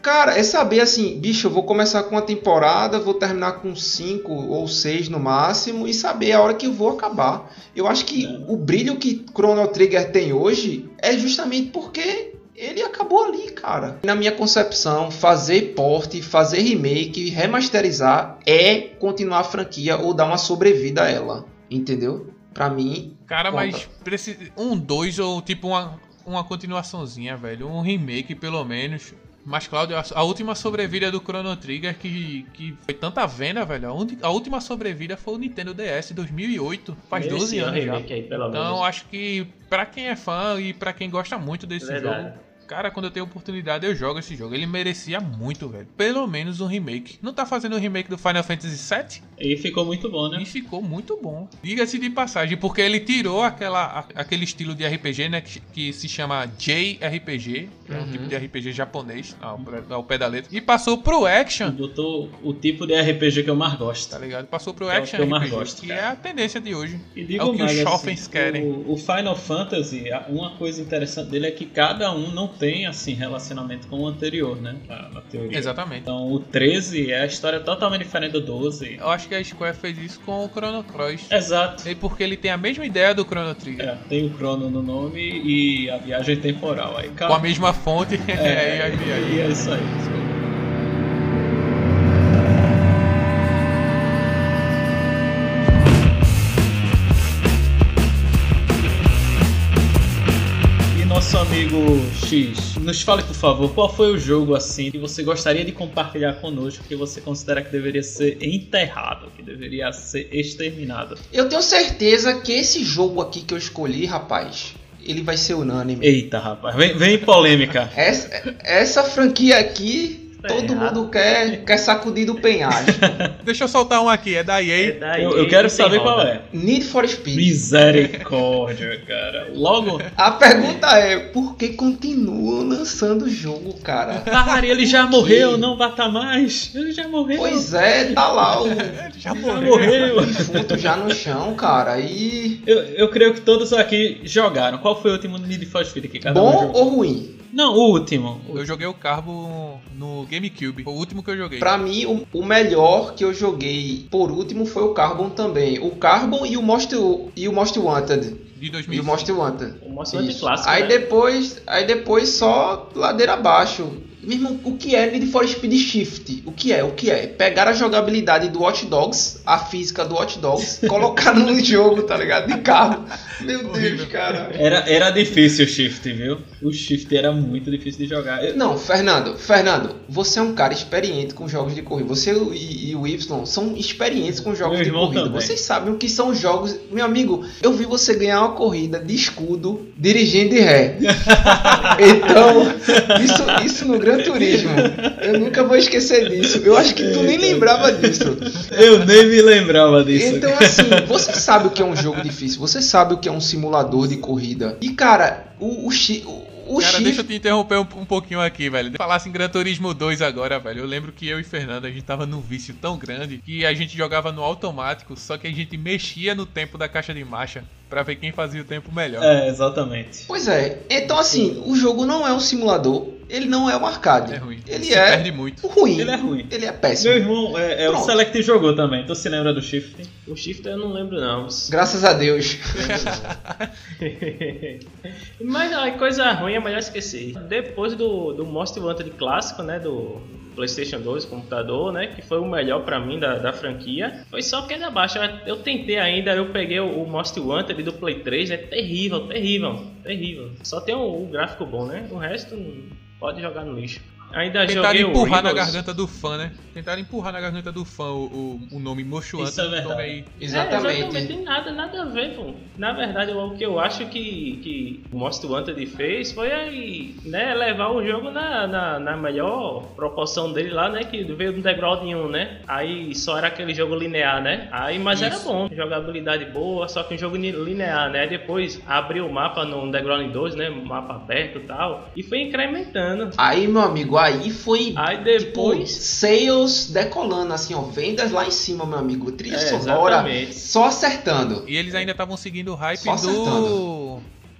Cara, é saber assim, bicho, eu vou começar com uma temporada, vou terminar com cinco ou seis no máximo e saber a hora que eu vou acabar. Eu acho que o brilho que Chrono Trigger tem hoje é justamente porque ele acabou ali, cara. Na minha concepção, fazer port, fazer remake, remasterizar é continuar a franquia ou dar uma sobrevida a ela, entendeu? Pra mim, Cara, conta. mas precisa um dois ou tipo uma, uma continuaçãozinha, velho. Um remake, pelo menos. Mas, Cláudio, a, a última sobrevida do Chrono Trigger que, que foi tanta venda, velho. A, un, a última sobrevida foi o Nintendo D S dois mil e oito. Faz Esse doze anos já. remake aí, pelo Então, menos. acho que pra quem é fã e pra quem gosta muito desse Verdade. jogo... Cara, quando eu tenho oportunidade, eu jogo esse jogo. Ele merecia muito, velho. Pelo menos um remake. Não tá fazendo um remake do Final Fantasy sete? E ficou muito bom, né? E ficou muito bom. Diga-se de passagem, porque ele tirou aquela, a- aquele estilo de R P G, né? Que, que se chama J R P G, que é um Uhum. tipo de R P G japonês, ao, pé- ao pé da letra. E passou pro Action, Botou o tipo de R P G que eu mais gosto. tá ligado? Passou pro É o Action que eu mais R P G, gosto, que cara. é a tendência de hoje. E É digo o que mais, os assim, jovens querem. O, o Final Fantasy, a- uma coisa interessante dele é que cada um não tem assim relacionamento com o anterior, né? Na, na teoria. Exatamente. Então o treze é a história totalmente diferente do doze. Eu acho que a Square fez isso com o Chrono Cross. Exato. E porque ele tem a mesma ideia do Chrono Trigger. É, tem o Chrono no nome e a viagem temporal. Aí, Com a mesma fonte. É, e aí, e é isso aí. E nosso amigo X, nos fale por favor, qual foi o jogo assim que você gostaria de compartilhar conosco que você considera que deveria ser enterrado, que deveria ser exterminado? Eu tenho certeza que esse jogo aqui que eu escolhi, rapaz, ele vai ser unânime. Eita, rapaz, vem, vem polêmica. Essa, essa franquia aqui, Tá todo errado. mundo quer, quer sacudir do penhasco. Deixa eu soltar um aqui, é da E A. É daí, Eu, eu quero não tem saber qual roda. é. Need for Speed. Misericórdia, cara. Logo, A pergunta é, por que continuam lançando o jogo, cara? Tarry, ele já morreu, não bata mais. Ele já morreu. Pois é, tá lá o Já já morreu. morreu. defunto já no chão, cara. E Eu, eu creio que todos aqui jogaram. Qual foi o último Need for Speed que cada um bom jogou? ou ruim? Não, o último. Eu joguei o Carbo no GameCube. Foi o último que eu joguei. Pra mim, o, o melhor que eu joguei por último foi o Carbon também. O Carbon e o Most, e o Most Wanted. De E o dois mil e cinco. Most Wanted. O Most Wanted Isso. clássico, Aí né? depois, aí depois só ladeira abaixo. Mesmo o que é Need for Speed Shift? O que é? O que é? Pegar a jogabilidade do Watch Dogs, a física do Watch Dogs, colocar no jogo, tá ligado? De carro. Meu Deus, Horrível. cara. Era, era difícil o Shift, viu? O Shift era muito difícil de jogar. Eu- Não, Fernando, Fernando, você é um cara experiente com jogos de corrida. Você e, e o Y são experientes com jogos Meu de irmão corrida. também. Vocês sabem o que são jogos. Meu amigo, eu vi você ganhar uma corrida de escudo dirigindo de ré. Então, isso, isso no Gran Turismo. Eu nunca vou esquecer disso. Eu acho que tu nem lembrava disso. Eu nem me lembrava disso. Então, assim, você sabe o que é um jogo difícil. Você sabe o que é um simulador de corrida. E, cara, o, o, chi- o, o Cara, Shift- deixa eu te interromper um, um pouquinho aqui, velho. Falasse em Gran Turismo dois agora, velho. Eu lembro que eu e Fernando, a gente tava num vício tão grande que a gente jogava no automático, só que a gente mexia no tempo da caixa de marcha pra ver quem fazia o tempo melhor. É, exatamente. Pois é, então assim, o jogo não é um simulador, ele não é um arcade. É ruim. Ele Se é perde muito. ruim. Ele é ruim. Ele é Meu péssimo. irmão, é, é o Pronto. Select jogou também. Tu se lembra do Shift? O Shift eu não lembro não. Graças a Deus. Mas a coisa ruim é melhor esquecer. Depois do, do Most Wanted clássico, né, do PlayStation dois, computador, né, que foi o melhor pra mim da, da franquia, foi só queda abaixo. Eu, eu tentei ainda, eu peguei o, o Most Wanted do Play três, é terrível, terrível, terrível. Só tem o, o gráfico bom, né, o resto pode jogar no lixo. Ainda Tentaram joguei o empurrar na Rebels. garganta do fã, né? Tentaram empurrar na garganta do fã o, o, o nome Mocho Isso é verdade. Tome aí. É, Exatamente. exatamente, tem nada, nada a ver, pô. Na verdade, o que eu acho que, que o Most Wanted fez foi aí, né, levar o jogo na, na, na melhor proporção dele lá, né, que veio do degrau de um, né, aí só era aquele jogo linear, né, aí, mas era Isso. bom, jogabilidade boa, só que um jogo ni- linear, né, depois abriu o mapa no degrau dois, né, mapa aberto e tal, e foi incrementando. Aí, meu amigo, aí foi Aí tipo, depois... sales decolando, assim, ó, vendas lá em cima, meu amigo. Trilha É, sonora exatamente. só acertando. E eles ainda estavam seguindo o hype Só do. acertando.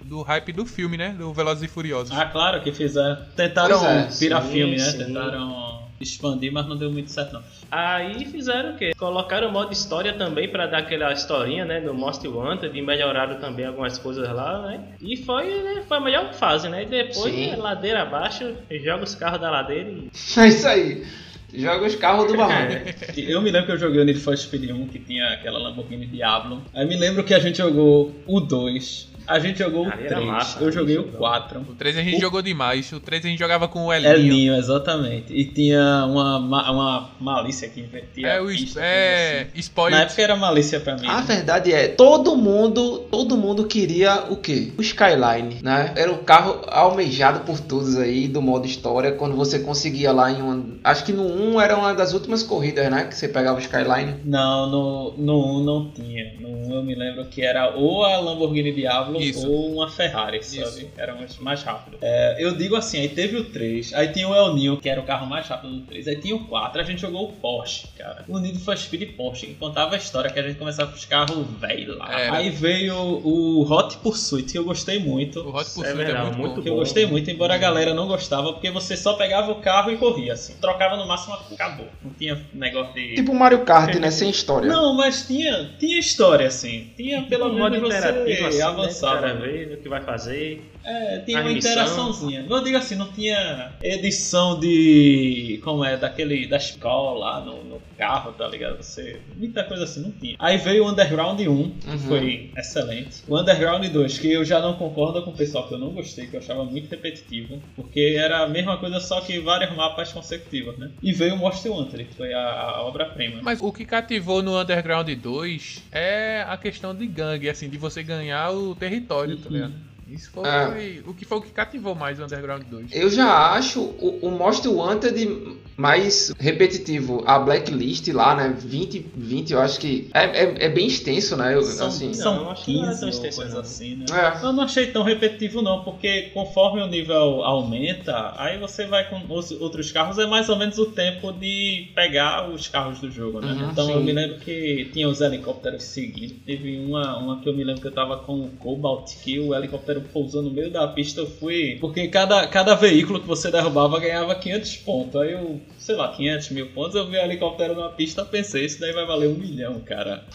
do hype do filme, né? Do Velozes e Furiosos. Ah, claro que fizeram. Tentaram é, virar sim, filme, né? sim. Tentaram expandir, mas não deu muito certo, não. Aí fizeram o quê? Colocaram o modo história também pra dar aquela historinha, né? No Most Wanted e melhoraram também algumas coisas lá, né? E foi, né, foi a melhor fase, né? E depois, Sim. ladeira abaixo, joga os carros da ladeira e... É isso aí. Joga os carros do barranco. Eu me lembro que eu joguei o Need for Speed um, que tinha aquela Lamborghini Diablo. Aí me lembro que a gente jogou o dois. A gente jogou Ali o era três, massa, eu ali joguei o jogava. quatro. O três a gente O- jogou demais. O três a gente jogava com o É Elinho. Ninho, exatamente. E tinha uma, ma- uma malícia que invertia É a o pista, es- coisa é assim. spoiler. Na época era malícia pra mim. A verdade é, todo mundo, todo mundo queria o quê? O Skyline, né? Era o carro almejado por todos aí do modo história, quando você conseguia lá em uma... Acho que no um era uma das últimas corridas, né? Que você pegava o Skyline. Não, no, no um não tinha. No um eu me lembro que era ou a Lamborghini Diablo Isso. ou uma Ferrari, sabe? Isso. Era mais, mais rápido. É, eu digo assim, aí teve o três, aí tinha o El Ninho, que era o carro mais rápido do três, aí tinha o quatro, a gente jogou o Porsche, cara. O Need for Speed Porsche, que contava a história que a gente começava com os carros velhos lá. Era. Aí veio o Hot Pursuit, que eu gostei muito. O Hot Pursuit É é, verdade, muito, muito bom. Que eu bom. gostei muito, embora a galera não gostava, porque você só pegava o carro e corria, assim. Trocava no máximo, acabou. Não tinha negócio de... Tipo Mario Kart, né? Sem história. Não, mas tinha, tinha história, assim. Tinha pelo Um modo menos interativo você assim, né? avançava. O cara vê o que vai fazer. É, tinha A uma missão. interaçãozinha. Eu digo assim, não tinha edição de... Como é? Daquele... Da escola lá no, no carro, tá ligado? Você... Muita coisa assim, não tinha. Aí veio o Underground um, que Uhum. foi excelente. O Underground dois, que eu já não concordo com o pessoal, que eu não gostei, que eu achava muito repetitivo. Porque era a mesma coisa, só que vários mapas consecutivos, né? E veio o Most Wanted, que foi a, a obra-prima. Mas o que cativou no Underground dois é a questão de gangue, assim, de você ganhar o território, tá ligado? Isso foi É. o que foi o que cativou mais o Underground dois. Eu já acho o, o Most Wanted mais repetitivo. A Blacklist lá, né? vinte, vinte eu acho que é, é, é bem extenso, né? Eu, São, assim, são Não, acho que não era quinze tão ou extenso, coisa não. assim, né? É. Eu não achei tão repetitivo não, porque conforme o nível aumenta, aí você vai com os outros carros, é mais ou menos o tempo de pegar os carros do jogo, né? Uhum, então sim. eu me lembro que tinha os helicópteros seguindo. Teve uma, uma que eu me lembro que eu tava com o Cobalt, que o helicóptero pousou no meio da pista, eu fui... Porque cada, cada veículo que você derrubava ganhava quinhentos pontos. Aí eu, sei lá, quinhentos mil pontos, eu vi o helicóptero na pista, pensei, isso daí vai valer um milhão, cara.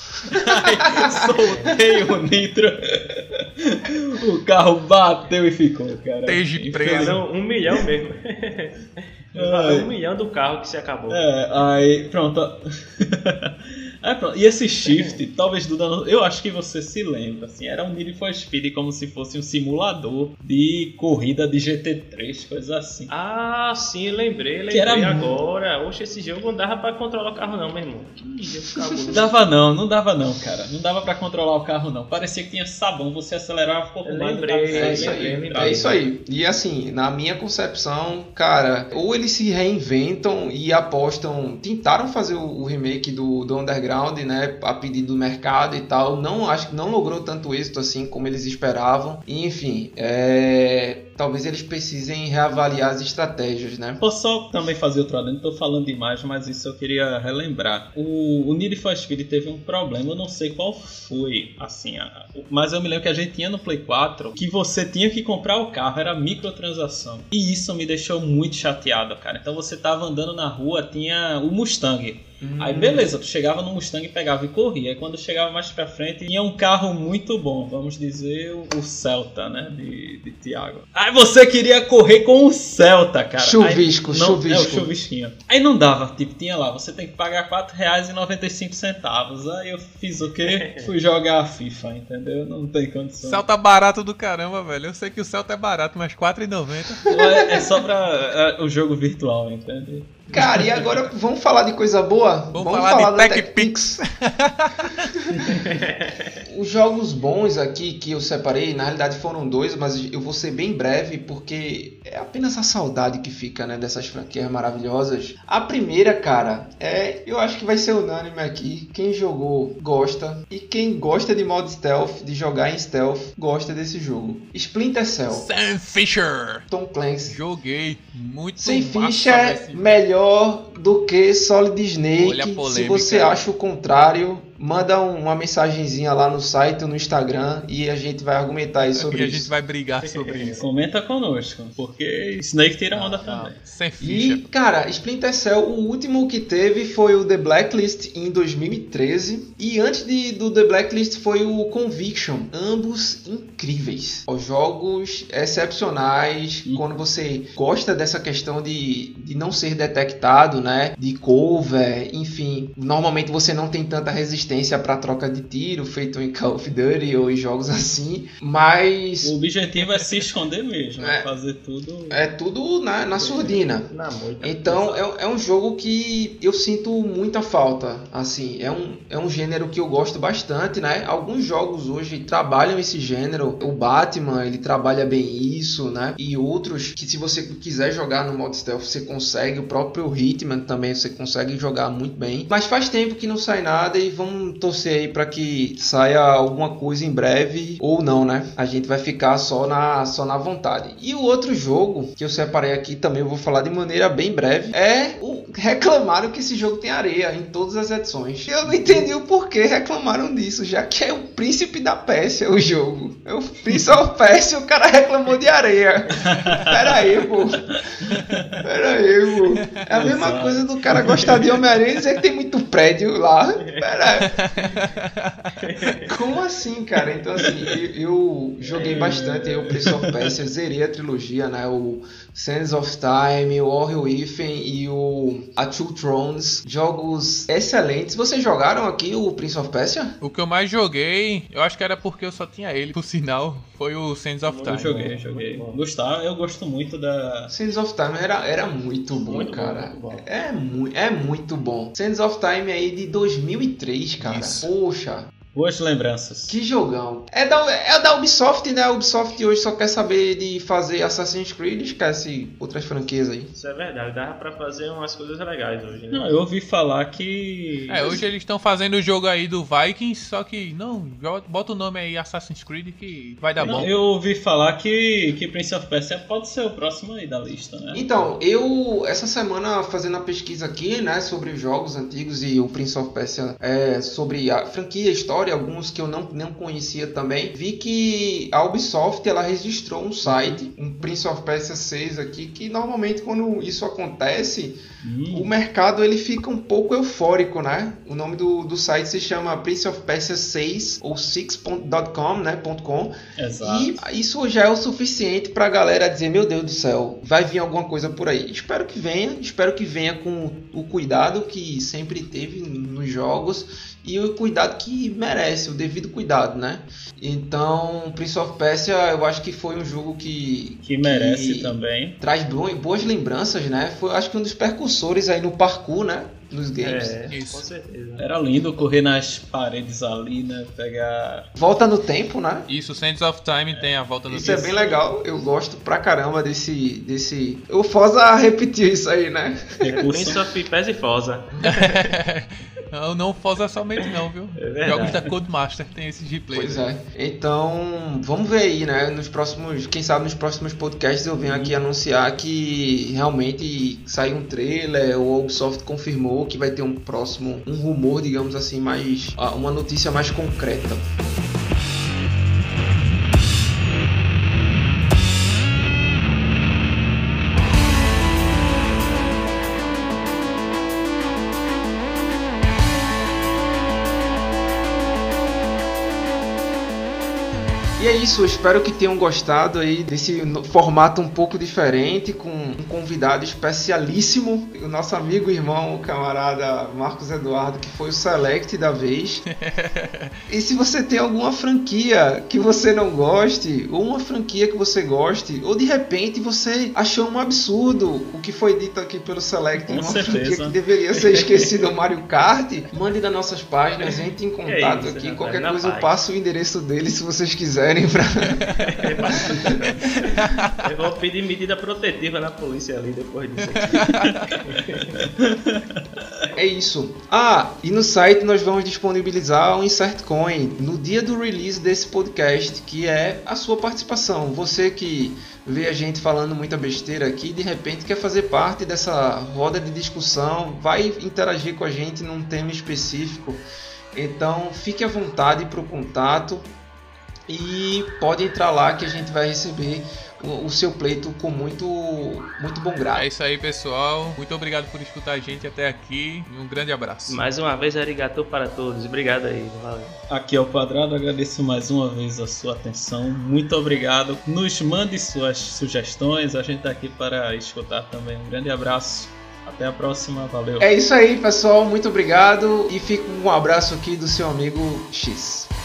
Aí soltei o nitro, o carro bateu e ficou, cara. Esteja preso. Valeu um milhão mesmo. Valeu um milhão do carro que se acabou. É, aí pronto. Aí, pronto. E esse shift, talvez Duda, não- eu acho que você se lembra, assim, era um Need for Speed como se fosse um simulador de corrida de G T três, coisa assim. Ah, sim, lembrei, lembrei Que era agora. Oxe, esse jogo não dava pra controlar o carro não, meu irmão. Que jogo Não cabuloso. dava não, não dava não, cara. Não dava pra controlar o carro não. Parecia que tinha sabão, você acelerava um pouco Eu mais. lembrei, o carro É saía isso aí, bem é isso aí. E assim, na minha concepção, cara, ou eles se reinventam e apostam, tentaram fazer o, o remake do, do Underground, né, a pedido do mercado e tal, não acho que não logrou tanto êxito assim como eles esperavam. E, enfim, é, talvez eles precisem reavaliar as estratégias, né? Posso só também fazer outro adendo, tô falando demais, mas isso eu queria relembrar. O, o Need for Speed teve um problema, eu não sei qual foi, assim, a- mas eu me lembro que a gente tinha no Play quatro que você tinha que comprar o carro, era microtransação. E isso me deixou muito chateado, cara. Então você tava andando na rua, tinha o Mustang. Aí beleza, tu chegava no Mustang, pegava e corria. Aí quando chegava mais pra frente, tinha um carro muito bom, vamos dizer o, o Celta, né, de, de Thiago. Aí você queria correr com o Celta, cara. Chuvisco, Aí, não, chuvisco. É, o chuvisquinho. Aí não dava, tipo, tinha lá, você tem que pagar quatro reais e noventa e cinco centavos. Aí eu fiz o quê? Fui jogar a FIFA, entendeu? Não tem condição. Celta barato do caramba, velho. Eu sei que o Celta é barato, mas quatro reais e noventa centavos. É, é só pra é, o jogo virtual, entende? Cara, e agora vamos falar de coisa boa? Vamos falar de da TechPix. Os jogos bons aqui que eu separei, na realidade foram dois, mas eu vou ser bem breve porque é apenas a saudade que fica, né, dessas franquias maravilhosas. A primeira, cara, é, eu acho que vai ser unânime aqui. Quem jogou gosta e quem gosta de modo stealth, de jogar em stealth, gosta desse jogo. Splinter Cell, Sam Fisher. Tom Clancy. Joguei muito Sem massa, ficha velho. melhor do que Solid Snake. Olha a Se polêmica. você acha o contrário, manda uma mensagenzinha lá no site ou no Instagram e a gente vai argumentar aí sobre e a isso. gente vai brigar sobre isso. Comenta conosco, porque Snake tira onda também. Sem ficha. E, cara, Splinter Cell, o último que teve foi o The Blacklist em dois mil e treze. E antes de, do The Blacklist foi o Conviction. Ambos incríveis. Os jogos excepcionais. E quando você gosta dessa questão de, de não ser detectado, né? De cover, enfim. Normalmente você não tem tanta resistência para troca de tiro, feito em Call of Duty ou em jogos assim. Mas o objetivo é se esconder mesmo. É, fazer tudo... É tudo na, na surdina. Na moita. Então é, é um jogo que eu sinto muita falta. Assim, é um, é um gênero que eu gosto bastante, né? Alguns jogos hoje trabalham esse gênero. O Batman, ele trabalha bem isso, né? E outros que, se você quiser jogar no modo stealth, você consegue. O próprio Hitman também você consegue jogar muito bem. Mas faz tempo que não sai nada e vamos torcer aí para que saia alguma coisa em breve ou não, né? A gente vai ficar só na, só na vontade. E o outro jogo que eu separei aqui também, eu vou falar de maneira bem breve, é o reclamaram que esse jogo tem areia em todas as edições. Eu não entendi o porquê reclamaram disso, já que é o Príncipe da Pérsia o jogo. É o Prince of Persia, o cara reclamou de areia. Pera aí, pô. Pera aí, pô. É a mesma Exato. coisa do cara gostar de Homem-Aranha e dizer que tem muito prédio lá. Pera aí. Como assim, cara? Então, assim, eu, eu joguei bastante aí o Prince of Persia, zerei a trilogia, né? O Sands of Time, o Warrior Within e o A Two Thrones. Jogos excelentes. Vocês jogaram aqui o Prince of Persia? O que eu mais joguei, eu acho que era porque eu só tinha ele, por sinal, foi o Sands of Time. Eu joguei, eu joguei. Gostava, eu gosto muito da... Sands of Time era, era muito bom, Muito bom, cara. muito bom. É, mu é muito bom. Sands of Time aí de dois mil e três, cara. Isso. Poxa, Boas lembranças. que jogão. É da, é da Ubisoft, né? A Ubisoft hoje só quer saber de fazer Assassin's Creed, esquece outras franquias aí. Isso é verdade, dava pra fazer umas coisas legais hoje, né? Não, eu ouvi falar que... É, hoje eles estão fazendo o jogo aí do Vikings, só que não, bota o nome aí Assassin's Creed que vai dar Não, bom. eu ouvi falar que, que Prince of Persia pode ser o próximo aí da lista, né? Então, eu, essa semana, fazendo a pesquisa aqui, né, sobre os jogos antigos e o Prince of Persia, é, sobre a franquia, a história, alguns que eu não, não conhecia também, vi que a Ubisoft, ela registrou um site, um Prince of Persia seis aqui, que normalmente quando isso acontece, Hum. o mercado ele fica um pouco eufórico, né? O nome do, do site se chama Prince of Persia seis ou seis ponto com, né? .com. Exato. E isso já é o suficiente pra galera dizer, meu Deus do céu, vai vir alguma coisa por aí. Espero que venha, espero que venha com o cuidado que sempre teve nos jogos e o cuidado que merece, o devido cuidado, né? Então, Prince of Persia, eu acho que foi um jogo que... Que merece que também. traz bo- boas lembranças, né? Foi, acho que um dos percussores aí no parkour, né? Nos games. É, Isso. com certeza. Era lindo correr nas paredes ali, né? Pegar... Volta no tempo, né? Isso, Sands of Time tem a volta no Isso é bem legal, eu gosto pra caramba desse... desse... O Forza repetiu isso aí, né? recurso. Prince of Persia e Forza. Não, não Forza somente não, viu? É verdade. Jogos da Codemaster tem esses replays. Pois é. Então, vamos ver aí, né? Nos próximos, quem sabe nos próximos podcasts eu venho aqui anunciar que realmente saiu um trailer, o Ubisoft confirmou que vai ter um próximo, um rumor, digamos assim, mais, ah, uma notícia mais concreta. E é isso, eu espero que tenham gostado aí desse no- formato um pouco diferente, com um convidado especialíssimo, o nosso amigo, irmão, o camarada Marcos Eduardo, que foi o Select da vez. E se você tem alguma franquia que você não goste, ou uma franquia que você goste, ou de repente você achou um absurdo o que foi dito aqui pelo Select, Com uma certeza. franquia que deveria ser esquecida, o Mario Kart, mande nas nossas páginas, entre em contato isso, aqui, rapaz, qualquer na coisa eu paz. passo o endereço dele se vocês quiserem pra... Eu vou pedir medida protetiva na polícia ali depois disso. É isso. Ah, e no site nós vamos disponibilizar um Insert Coin no dia do release desse podcast, que é a sua participação. Você que vê a gente falando muita besteira aqui, de repente quer fazer parte dessa roda de discussão, vai interagir com a gente num tema específico. Então fique à vontade para o contato e pode entrar lá que a gente vai receber o, o seu pleito com muito, muito bom grado. É isso aí, pessoal. Muito obrigado por escutar a gente até aqui e um grande abraço. Mais uma vez, arigatou para todos. Obrigado aí. Valeu. Aqui é o Quadrado, agradeço mais uma vez a sua atenção. Muito obrigado. Nos mande suas sugestões, a gente está aqui para escutar também. Um grande abraço. Até a próxima, valeu. É isso aí, pessoal. Muito obrigado e fica um abraço aqui do seu amigo X.